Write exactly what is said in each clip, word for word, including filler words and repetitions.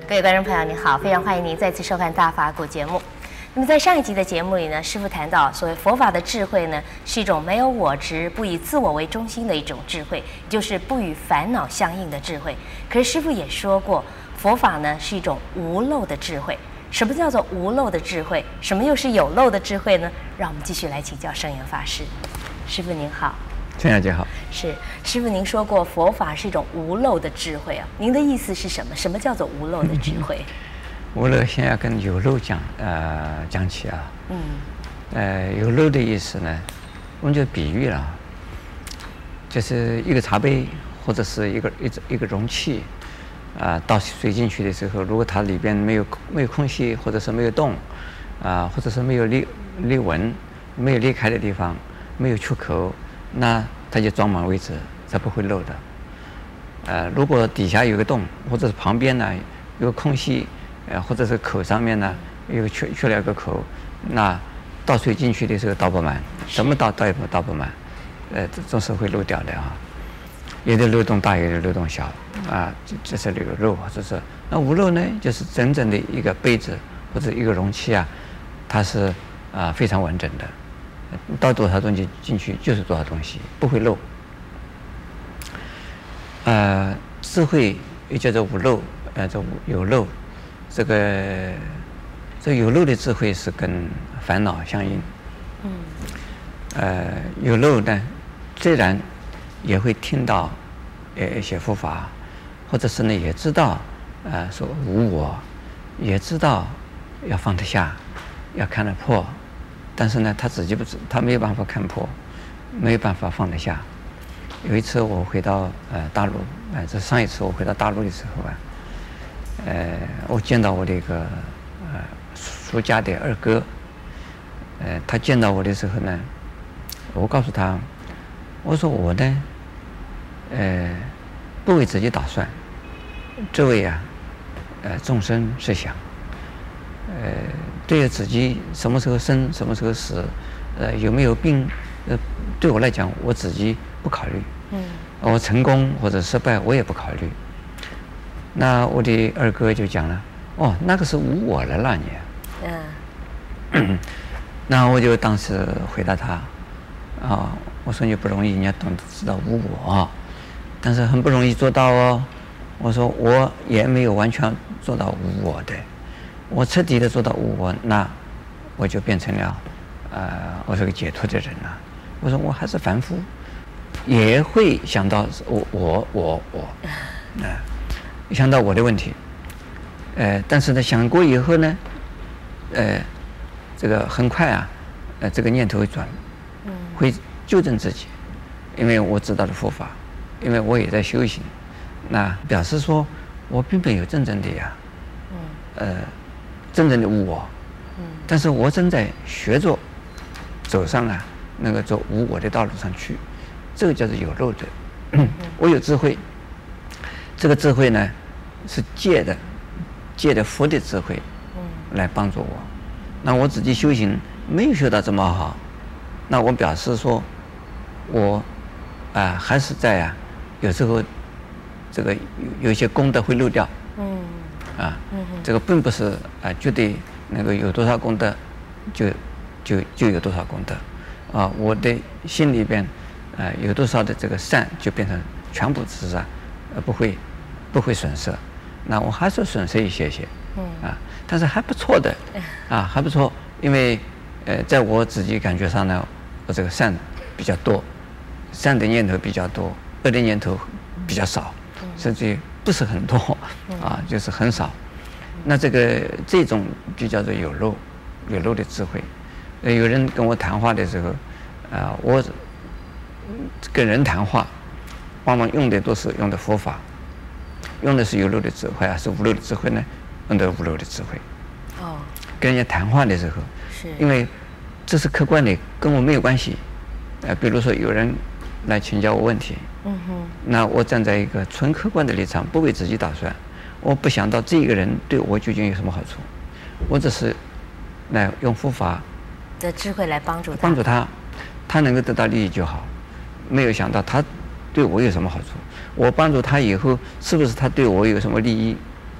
各位观众朋友，您好，非常欢迎您再次收看《大法古》节目。那么在上一集的节目里呢，师父谈到，所谓佛法的智慧呢，是一种没有我执、不以自我为中心的一种智慧，也就是不与烦恼相应的智慧。可是师父也说过，佛法呢是一种无漏的智慧。什么叫做无漏的智慧？什么又是有漏的智慧呢？让我们继续来请教圣严法师。师父您好。 陈小姐好。 是师父，您说过佛法是一种无漏的智慧啊，您的意思是什么？什么叫做无漏的智慧？ 无漏先要跟有漏讲，呃，讲起啊。嗯。呃，有漏的意思呢，我们就比喻了，就是一个茶杯或者是一个一一个容器，啊、呃，倒水进去的时候，如果它里边没有没有空隙，或者是没有洞，啊、呃，或者是没有裂裂纹，没有裂开的地方，没有出口。那它就装满为止，它不会漏的。呃，如果底下有个洞，或者是旁边呢有个空隙，呃，或者是口上面呢有个缺缺了个口，那倒水进去的时候倒不满，怎么倒倒也不倒不满，呃，这总是会漏掉的啊。有的漏洞大，有的漏洞小，啊，这这是这个漏，或者是那无漏呢，就是真正的一个杯子或者一个容器啊，它是啊非常完整的。倒多少东西进去就是多少东西，不会漏。呃，智慧又叫做无漏，呃，这有漏，这个这有漏的智慧是跟烦恼相应。嗯。呃，有漏呢，自然也会听到呃一些佛法，或者是呢也知道，呃，说无我，也知道要放得下，要看得破。但是呢，他自己不知，他没有办法看破，没有办法放得下。有一次我回到呃大陆，呃，这上一次我回到大陆的时候啊，呃，我见到我的一个呃叔家的二哥，呃，他见到我的时候呢，我告诉他，我说我呢，呃，不为自己打算，这位啊，呃，众生是想。呃，对自己什么时候生，什么时候死，呃，有没有病，呃，对我来讲，我自己不考虑。嗯。我成功或者失败，我也不考虑。那我的二哥就讲了，哦，那个是无我了啦你。嗯。那我就当时回答他，啊，我说你不容易，你要懂得知道无我啊，但是很不容易做到哦。我说我也没有完全做到无我的。我彻底的做到无我，那我就变成了，呃，我是个解脱的人了。我说我还是凡夫，也会想到我我我我，啊、呃，想到我的问题，呃，但是呢，想过以后呢，呃，这个很快啊，呃，这个念头会转，会纠正自己，因为我知道了佛法，因为我也在修行，那表示说我并没有真正的呀，呃。真正的无我，但是我正在学着走上啊那个走无我的道路上去，这个叫做有漏的。我有智慧，这个智慧呢是借的，借的佛的智慧来帮助我。那我自己修行没有修到这么好，那我表示说，我啊、呃、还是在啊有时候这个有有一些功德会漏掉。嗯。啊，这个并不是啊，绝对那个有多少功德，就就就有多少功德，啊，我的心里边，啊，有多少的这个善，就变成全部是啊，呃，不会不会损失，那我还是损失一些些，啊，但是还不错的，啊，还不错，因为呃，在我自己感觉上呢，我这个善比较多，善的念头比较多，恶的念头比较少，甚至于不是很多啊，就是很少。那这个这种就叫做有漏，有漏的智慧。呃，有人跟我谈话的时候，啊，我跟人谈话，往往用的都是用的佛法，用的是有漏的智慧啊，是无漏的智慧呢，用的无漏的智慧。哦。跟人家谈话的时候，是因为这是客观的，跟我没有关系。呃，比如说有人来请教我问题。嗯哼，那我站在一个纯客观的立场，不为自己打算，我不想到这个人对我究竟有什么好处，我只是来用佛法的智慧来帮助他， 帮助他，他能够得到利益就好，没有想到他对我有什么好处，我帮助他以后是不是他对我有什么利益，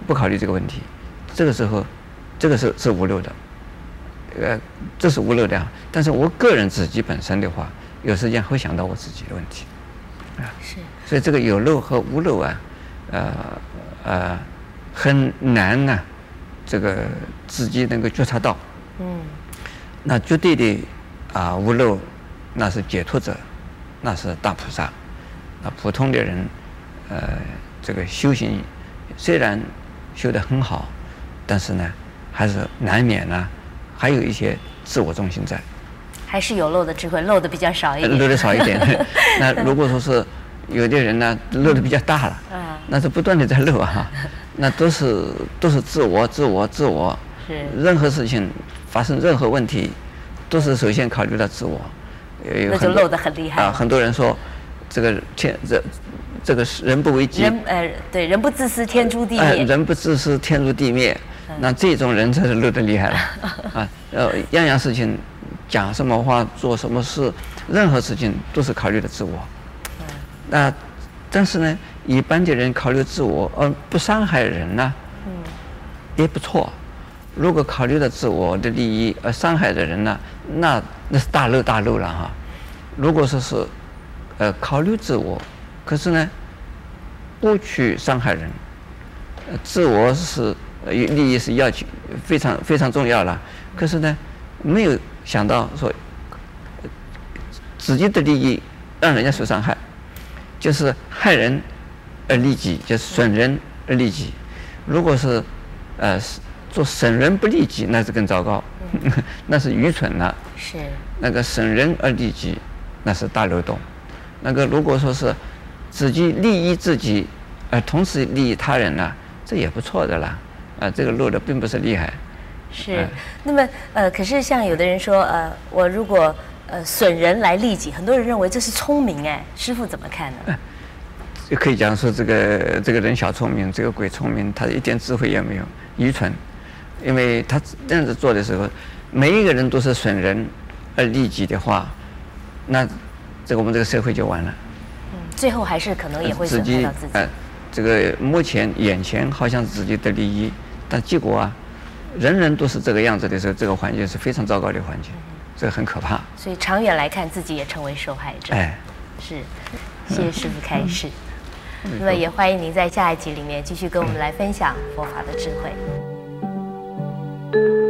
不考虑这个问题，这个时候，这个是是无漏的，呃，这是无漏的啊。但是我个人自己本身的话，有时间会想到我自己的问题，啊， 是。 所以这个有漏和无漏啊，呃呃，很难呢、啊，这个自己能够觉察到。嗯。那绝对的啊无漏，那是解脱者，那是大菩萨。那普通的人，呃，这个修行虽然修得很好，但是呢，还是难免呢，还有一些自我中心在。 还是有漏的智慧，漏的比较少一点。 漏的少一点。那如果说是有的人呢，漏的比较大了，嗯，那是不断的在漏啊，那都是都是自我、自我、自我。是。任何事情发生任何问题，都是首先考虑到自我。 那就漏得很厉害啊！很多人说。这个天这这个是人不为己， 人呃对，人不自私天诛地灭， 呃、人不自私天诛地灭，嗯、那这种人才是漏得厉害了啊！呃，样样事情讲什么话做什么事，任何事情都是考虑的自我。嗯、那但是呢，一般的人考虑自我而不伤害人呢，嗯，也不错。如果考虑到自我的利益而伤害的人呢，那那是大漏大漏了哈。如果说是呃，考虑自我，可是呢，不去伤害人。呃、自我是呃利益是要求非常非常重要了，可是呢，没有想到说自己的利益让人家受伤害，就是害人而利己，就是损人而利己。如果是呃做损人不利己，那是更糟糕，嗯、那是愚蠢了。 是那个损人而利己，那是大漏洞。那个如果说是自己利益自己，而同时利益他人呢、啊，这也不错的啦。啊，这个漏的并不是厉害。 是，呃、那么呃，可是像有的人说，呃，我如果呃损人来利己，很多人认为这是聪明哎，师父怎么看呢？ 就可以讲说这个这个人小聪明，这个鬼聪明，他一点智慧也没有，愚蠢。因为他这样子做的时候，每一个人都是损人而利己的话，那。这个我们这个社会就完了， 嗯，最后还是可能也会损害到自己。 呃，这个目前眼前好像是自己的利益，但结果啊，人人都是这个样子的时候，这个环境是非常糟糕的环境，嗯、这个很可怕。 所以长远来看，自己也成为受害者。 哎， 是，谢谢师父开示。嗯、那么也欢迎您在下一集里面继续跟我们来分享佛法的智慧。